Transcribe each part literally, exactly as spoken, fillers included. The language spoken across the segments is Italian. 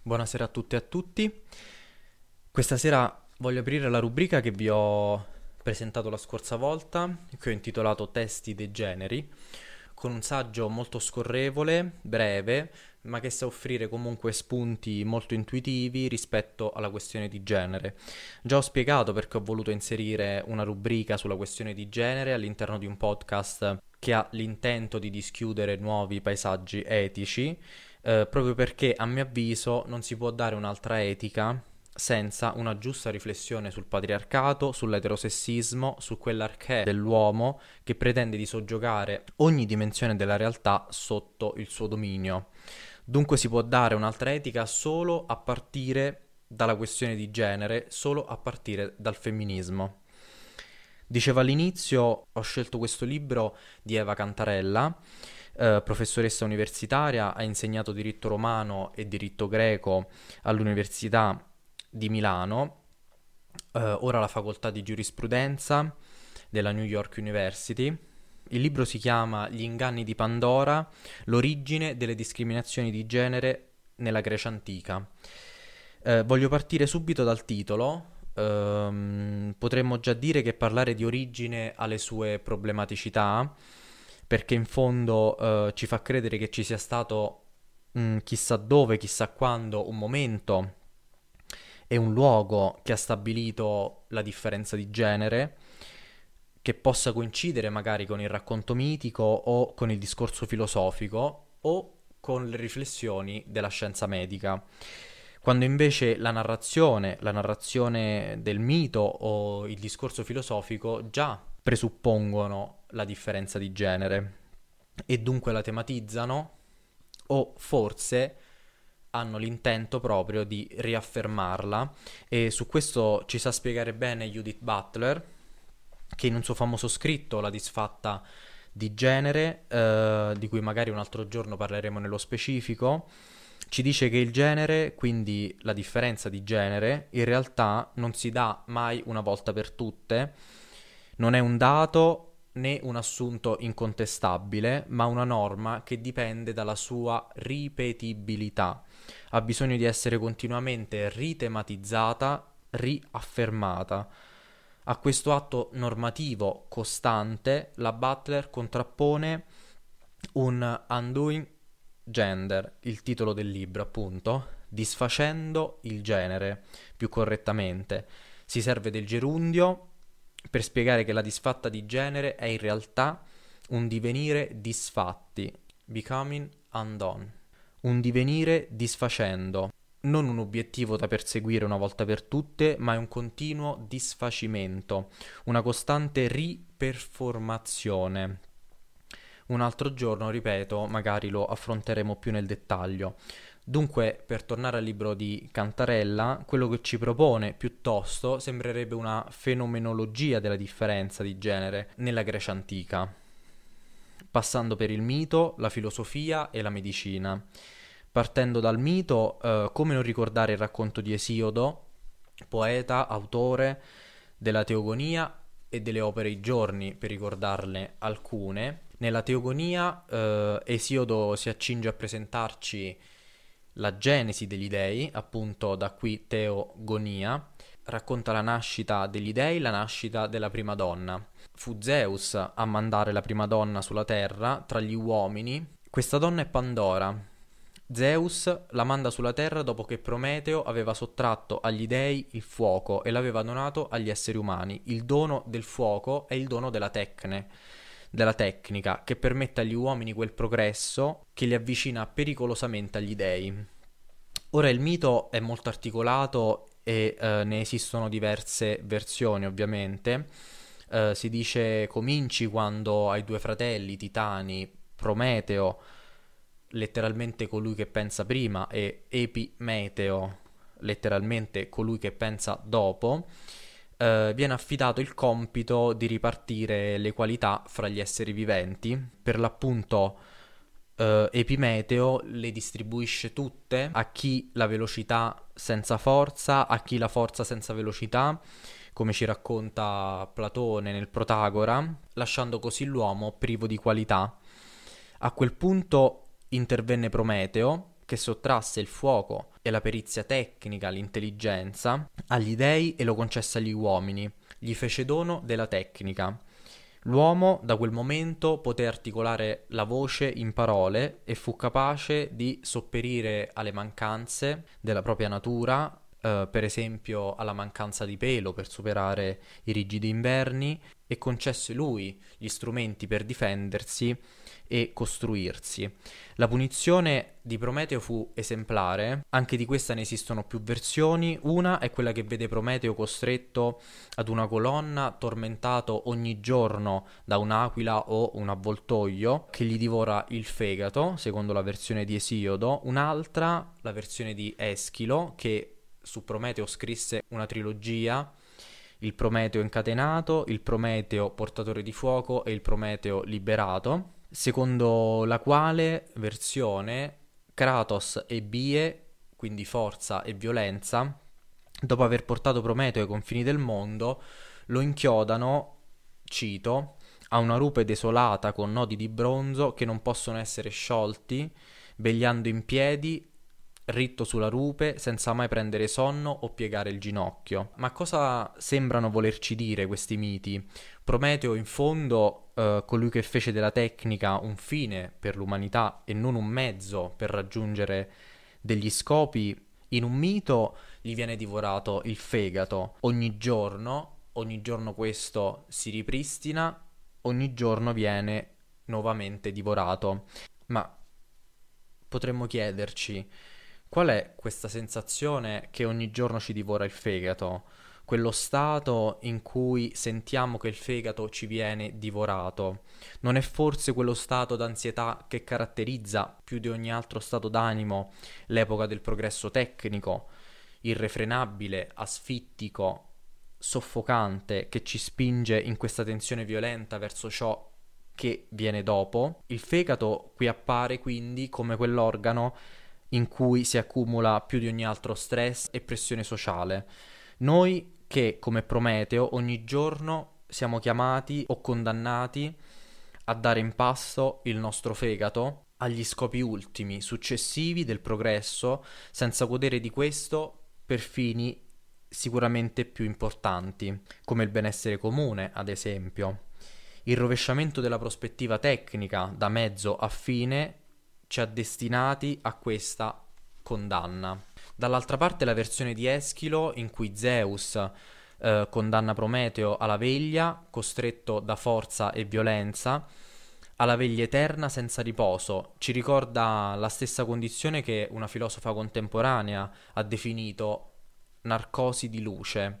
Buonasera a tutte e a tutti. Questa sera voglio aprire la rubrica che vi ho presentato la scorsa volta, che ho intitolato Testi dei generi, con un saggio molto scorrevole, breve, ma che sa offrire comunque spunti molto intuitivi rispetto alla questione di genere. Già ho spiegato perché ho voluto inserire una rubrica sulla questione di genere all'interno di un podcast che ha l'intento di dischiudere nuovi paesaggi etici, eh, proprio perché a mio avviso non si può dare un'altra etica senza una giusta riflessione sul patriarcato, sull'eterosessismo, su quell'archè dell'uomo che pretende di soggiogare ogni dimensione della realtà sotto il suo dominio. Dunque si può dare un'altra etica solo a partire dalla questione di genere, solo a partire dal femminismo. Dicevo all'inizio, ho scelto questo libro di Eva Cantarella, eh, professoressa universitaria, ha insegnato diritto romano e diritto greco all'Università di Milano, eh, ora alla facoltà di giurisprudenza della New York University. Il libro si chiama Gli inganni di Pandora, l'origine delle discriminazioni di genere nella Grecia antica. Eh, voglio partire subito dal titolo. Ehm, potremmo già dire che parlare di origine ha le sue problematicità, perché in fondo eh, ci fa credere che ci sia stato mh, chissà dove, chissà quando, un momento e un luogo che ha stabilito la differenza di genere, che possa coincidere magari con il racconto mitico o con il discorso filosofico o con le riflessioni della scienza medica. Quando invece la narrazione, la narrazione del mito o il discorso filosofico già presuppongono la differenza di genere e dunque la tematizzano o forse hanno l'intento proprio di riaffermarla, e su questo ci sa spiegare bene Judith Butler, che in un suo famoso scritto La disfatta di genere, eh, di cui magari un altro giorno parleremo nello specifico, ci dice che il genere, quindi la differenza di genere, in realtà non si dà mai una volta per tutte, non è un dato né un assunto incontestabile, ma una norma che dipende dalla sua ripetibilità. Ha bisogno di essere continuamente ritematizzata, riaffermata. A questo atto normativo costante, la Butler contrappone un Undoing Gender, il titolo del libro appunto, disfacendo il genere, più correttamente. Si serve del gerundio per spiegare che la disfatta di genere è in realtà un divenire disfatti, becoming undone, un divenire disfacendo, non un obiettivo da perseguire una volta per tutte, ma è un continuo disfacimento, una costante riperformazione. Un altro giorno, ripeto, magari lo affronteremo più nel dettaglio. Dunque, per tornare al libro di Cantarella, quello che ci propone piuttosto sembrerebbe una fenomenologia della differenza di genere nella Grecia antica, passando per il mito, la filosofia e la medicina. Partendo dal mito, eh, come non ricordare il racconto di Esiodo, poeta, autore della Teogonia e delle opere I Giorni, per ricordarne alcune. Nella Teogonia, eh, Esiodo si accinge a presentarci la genesi degli dei, appunto da qui teogonia, racconta la nascita degli dei, la nascita della prima donna. Fu Zeus a mandare la prima donna sulla terra tra gli uomini. Questa donna è Pandora. Zeus la manda sulla terra dopo che Prometeo aveva sottratto agli dei il fuoco e l'aveva donato agli esseri umani. Il dono del fuoco è il dono della tecne, della tecnica, che permette agli uomini quel progresso che li avvicina pericolosamente agli dei. Ora il mito è molto articolato e eh, ne esistono diverse versioni, ovviamente. Eh, si dice cominci quando ai due fratelli titani, Prometeo, letteralmente colui che pensa prima, e Epimeteo, letteralmente colui che pensa dopo, eh, viene affidato il compito di ripartire le qualità fra gli esseri viventi. Per l'appunto eh, Epimeteo le distribuisce tutte, a chi la velocità senza forza, a chi la forza senza velocità, come ci racconta Platone nel Protagora, lasciando così l'uomo privo di qualità. A quel punto intervenne Prometeo che sottrasse il fuoco e la perizia tecnica, l'intelligenza, agli dei e lo concesse agli uomini. Gli fece dono della tecnica. L'uomo da quel momento poté articolare la voce in parole e fu capace di sopperire alle mancanze della propria natura, eh, per esempio alla mancanza di pelo per superare i rigidi inverni, e concesse lui gli strumenti per difendersi e costruirsi. La punizione di Prometeo fu esemplare, anche di questa ne esistono più versioni. Una è quella che vede Prometeo costretto ad una colonna, tormentato ogni giorno da un'aquila o un avvoltoio che gli divora il fegato, secondo la versione di Esiodo. Un'altra, la versione di Eschilo, che su Prometeo scrisse una trilogia: il Prometeo incatenato, il Prometeo portatore di fuoco e il Prometeo liberato, secondo la quale versione Kratos e Bie, quindi forza e violenza, dopo aver portato Prometeo ai confini del mondo, lo inchiodano, cito, a una rupe desolata con nodi di bronzo che non possono essere sciolti, vegliando in piedi, ritto sulla rupe, senza mai prendere sonno o piegare il ginocchio. Ma cosa sembrano volerci dire questi miti? Prometeo, in fondo, eh, colui che fece della tecnica un fine per l'umanità e non un mezzo per raggiungere degli scopi, in un mito gli viene divorato il fegato ogni giorno, ogni giorno questo si ripristina, ogni giorno viene nuovamente divorato. Ma potremmo chiederci: qual è questa sensazione che ogni giorno ci divora il fegato? Quello stato in cui sentiamo che il fegato ci viene divorato. Non è forse quello stato d'ansietà che caratterizza più di ogni altro stato d'animo l'epoca del progresso tecnico, irrefrenabile, asfittico, soffocante, che ci spinge in questa tensione violenta verso ciò che viene dopo? Il fegato qui appare quindi come quell'organo in cui si accumula più di ogni altro stress e pressione sociale. Noi che, come Prometeo, ogni giorno siamo chiamati o condannati a dare in pasto il nostro fegato agli scopi ultimi, successivi del progresso, senza godere di questo per fini sicuramente più importanti, come il benessere comune, ad esempio. Il rovesciamento della prospettiva tecnica da mezzo a fine ci ha destinati a questa condanna. Dall'altra parte la versione di Eschilo, in cui Zeus eh, condanna Prometeo alla veglia, costretto da forza e violenza, alla veglia eterna senza riposo, ci ricorda la stessa condizione che una filosofa contemporanea ha definito narcosi di luce.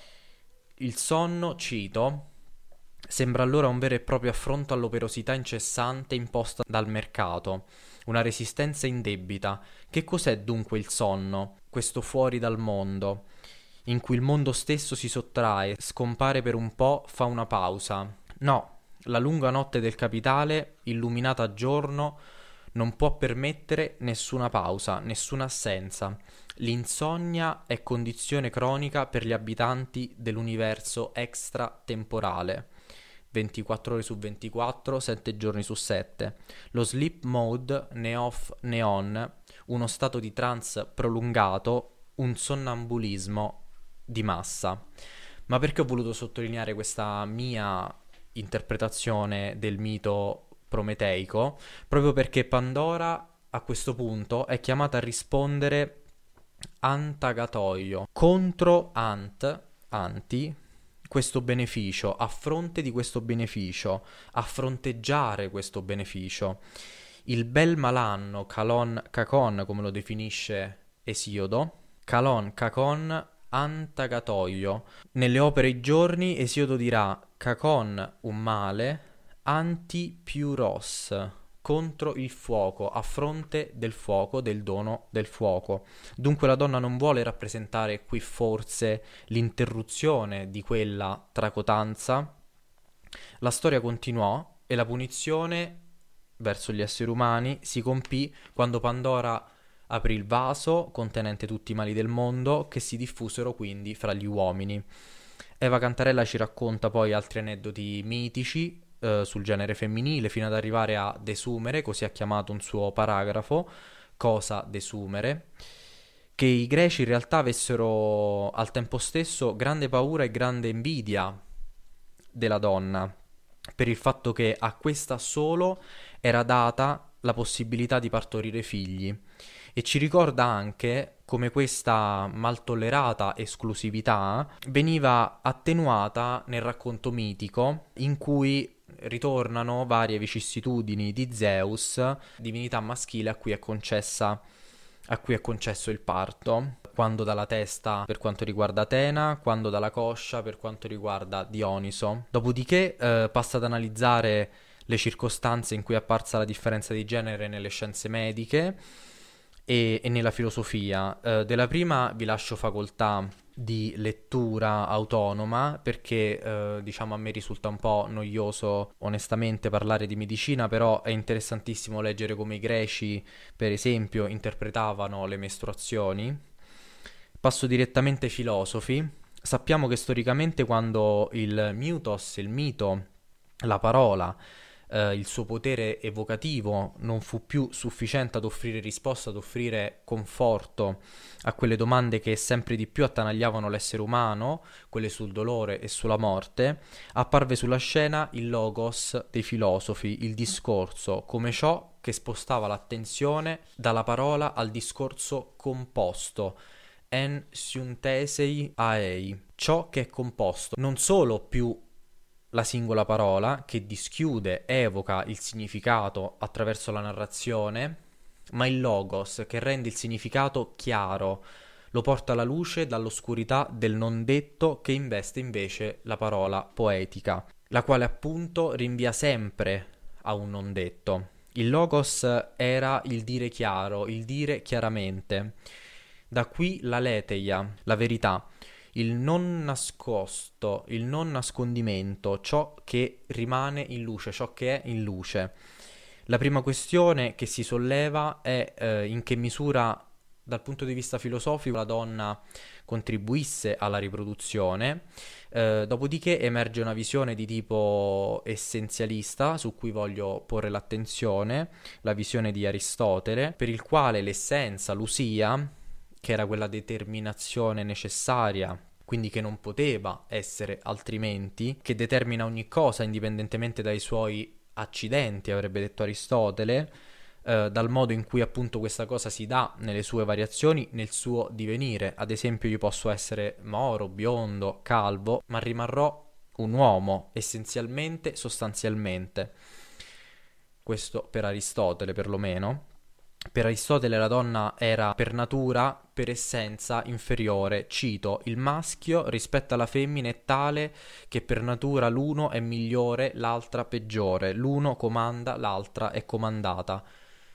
Il sonno, cito, sembra allora un vero e proprio affronto all'operosità incessante imposta dal mercato, una resistenza indebita. Che cos'è dunque il sonno, questo fuori dal mondo, in cui il mondo stesso si sottrae, scompare per un po', fa una pausa? No, la lunga notte del capitale, illuminata a giorno, non può permettere nessuna pausa, nessuna assenza. L'insonnia è condizione cronica per gli abitanti dell'universo extratemporale. ventiquattro ore su ventiquattro, sette giorni su sette. Lo sleep mode, né off né on, uno stato di trance prolungato, un sonnambulismo di massa. Ma perché ho voluto sottolineare questa mia interpretazione del mito prometeico? Proprio perché Pandora a questo punto è chiamata a rispondere antagatoio, contro ant, anti, questo beneficio, a fronte di questo beneficio, a fronteggiare questo beneficio. Il bel malanno, calon cacon, come lo definisce Esiodo, calon cacon antagatoio. Nelle opere I giorni Esiodo dirà cacon un male, anti piuros, contro il fuoco, a fronte del fuoco, del dono del fuoco. Dunque la donna non vuole rappresentare qui forse l'interruzione di quella tracotanza. La storia continuò e la punizione verso gli esseri umani si compì quando Pandora aprì il vaso contenente tutti i mali del mondo, che si diffusero quindi fra gli uomini. Eva Cantarella ci racconta poi altri aneddoti mitici sul genere femminile, fino ad arrivare a desumere, così ha chiamato un suo paragrafo, cosa desumere, che i greci in realtà avessero al tempo stesso grande paura e grande invidia della donna, per il fatto che a questa solo era data la possibilità di partorire figli. E ci ricorda anche come questa mal tollerata esclusività veniva attenuata nel racconto mitico in cui ritornano varie vicissitudini di Zeus, divinità maschile a cui è concessa a cui è concesso il parto, quando dalla testa per quanto riguarda Atena, quando dalla coscia per quanto riguarda Dioniso. Dopodiché eh, passa ad analizzare le circostanze in cui è apparsa la differenza di genere nelle scienze mediche e, e nella filosofia. Eh, della prima vi lascio facoltà di lettura autonoma perché eh, diciamo a me risulta un po' noioso onestamente parlare di medicina, però è interessantissimo leggere come i greci per esempio interpretavano le mestruazioni. Passo direttamente ai filosofi. Sappiamo che storicamente quando il mythos, il mito, la parola, eh, il suo potere evocativo non fu più sufficiente ad offrire risposta, ad offrire conforto a quelle domande che sempre di più attanagliavano l'essere umano, quelle sul dolore e sulla morte, apparve sulla scena il logos dei filosofi, il discorso, come ciò che spostava l'attenzione dalla parola al discorso composto, en synthesei aei, ciò che è composto, non solo più la singola parola che dischiude, evoca il significato attraverso la narrazione, ma il logos che rende il significato chiaro, lo porta alla luce dall'oscurità del non detto che investe invece la parola poetica, la quale appunto rinvia sempre a un non detto. Il logos era il dire chiaro, il dire chiaramente. Da qui la letheia, la verità, il non nascosto, il non nascondimento, ciò che rimane in luce, ciò che è in luce. La prima questione che si solleva è eh, in che misura, dal punto di vista filosofico, la donna contribuisse alla riproduzione. Eh, dopodiché emerge una visione di tipo essenzialista su cui voglio porre l'attenzione, la visione di Aristotele, per il quale l'essenza, l'usia, che era quella determinazione necessaria, quindi che non poteva essere altrimenti, che determina ogni cosa indipendentemente dai suoi accidenti, avrebbe detto Aristotele, eh, dal modo in cui appunto questa cosa si dà nelle sue variazioni, nel suo divenire. Ad esempio io posso essere moro, biondo, calvo, ma rimarrò un uomo, essenzialmente, sostanzialmente. Questo per Aristotele perlomeno. Per Aristotele la donna era per natura, per essenza, inferiore. Cito, il maschio rispetto alla femmina è tale che per natura l'uno è migliore, l'altra peggiore. L'uno comanda, l'altra è comandata.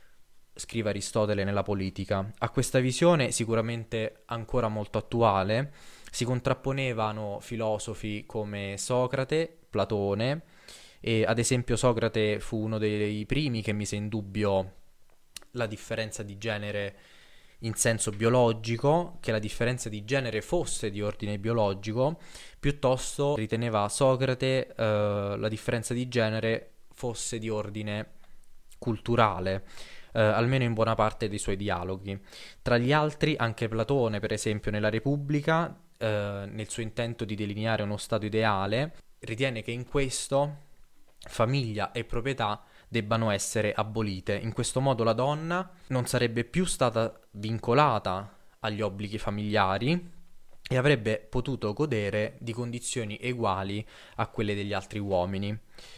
Scrive Aristotele nella Politica. A questa visione, sicuramente ancora molto attuale, si contrapponevano filosofi come Socrate, Platone, e ad esempio Socrate fu uno dei primi che mise in dubbio la differenza di genere in senso biologico, che la differenza di genere fosse di ordine biologico, piuttosto riteneva Socrate eh, la differenza di genere fosse di ordine culturale, eh, almeno in buona parte dei suoi dialoghi. Tra gli altri anche Platone, per esempio, nella Repubblica, eh, nel suo intento di delineare uno stato ideale, ritiene che in questo famiglia e proprietà debbano essere abolite. In questo modo la donna non sarebbe più stata vincolata agli obblighi familiari e avrebbe potuto godere di condizioni uguali a quelle degli altri uomini.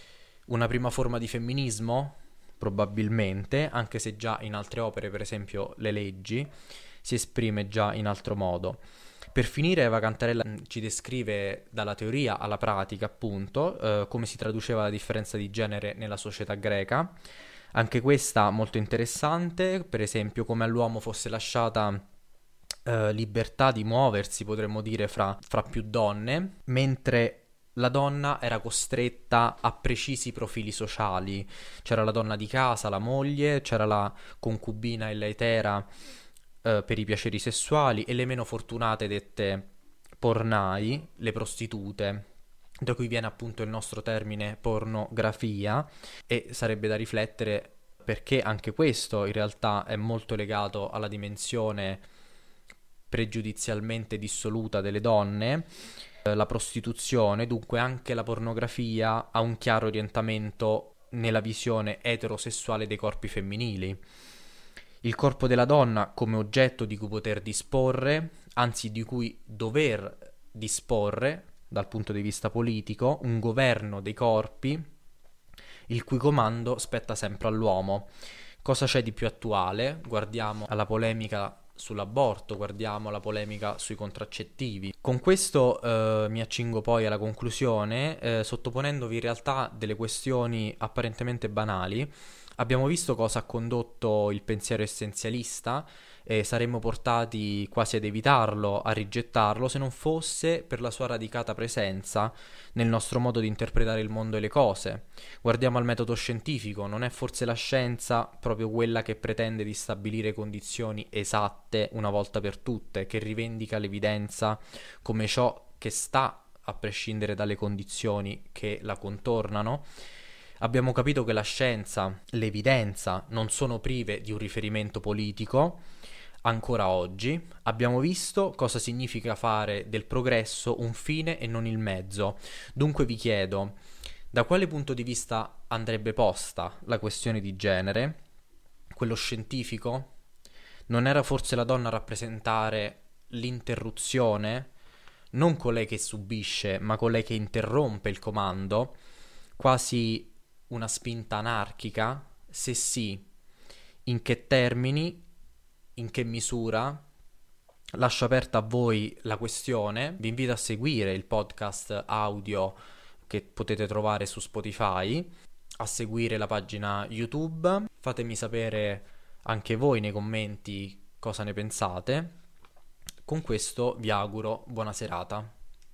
Una prima forma di femminismo? Probabilmente, anche se già in altre opere, per esempio Le leggi, si esprime già in altro modo. Per finire, Eva Cantarella ci descrive dalla teoria alla pratica, appunto, eh, come si traduceva la differenza di genere nella società greca. Anche questa molto interessante, per esempio come all'uomo fosse lasciata eh, libertà di muoversi, potremmo dire, fra, fra più donne, mentre la donna era costretta a precisi profili sociali. C'era la donna di casa, la moglie, c'era la concubina e l'etera Uh, per i piaceri sessuali, e le meno fortunate dette pornai, le prostitute, da cui viene appunto il nostro termine pornografia, e sarebbe da riflettere perché anche questo in realtà è molto legato alla dimensione pregiudizialmente dissoluta delle donne. La prostituzione, dunque anche la pornografia, ha un chiaro orientamento nella visione eterosessuale dei corpi femminili. Il corpo della donna come oggetto di cui poter disporre, anzi di cui dover disporre dal punto di vista politico, un governo dei corpi, il cui comando spetta sempre all'uomo. Cosa c'è di più attuale? Guardiamo alla polemica sull'aborto, guardiamo la polemica sui contraccettivi. Con questo eh, mi accingo poi alla conclusione, eh, sottoponendovi in realtà delle questioni apparentemente banali. Abbiamo visto cosa ha condotto il pensiero essenzialista e saremmo portati quasi ad evitarlo, a rigettarlo, se non fosse per la sua radicata presenza nel nostro modo di interpretare il mondo e le cose. Guardiamo al metodo scientifico, non è forse la scienza proprio quella che pretende di stabilire condizioni esatte una volta per tutte, che rivendica l'evidenza come ciò che sta a prescindere dalle condizioni che la contornano? Abbiamo capito che la scienza, l'evidenza non sono prive di un riferimento politico, ancora oggi. Abbiamo visto cosa significa fare del progresso un fine e non il mezzo. Dunque vi chiedo, da quale punto di vista andrebbe posta la questione di genere? Quello scientifico? Non era forse la donna a rappresentare l'interruzione? Non colei che subisce, ma colei che interrompe il comando? Quasi una spinta anarchica? Se sì, in che termini, in che misura? Lascio aperta a voi la questione. Vi invito a seguire il podcast audio che potete trovare su Spotify, a seguire la pagina YouTube. Fatemi sapere anche voi nei commenti cosa ne pensate. Con questo vi auguro buona serata.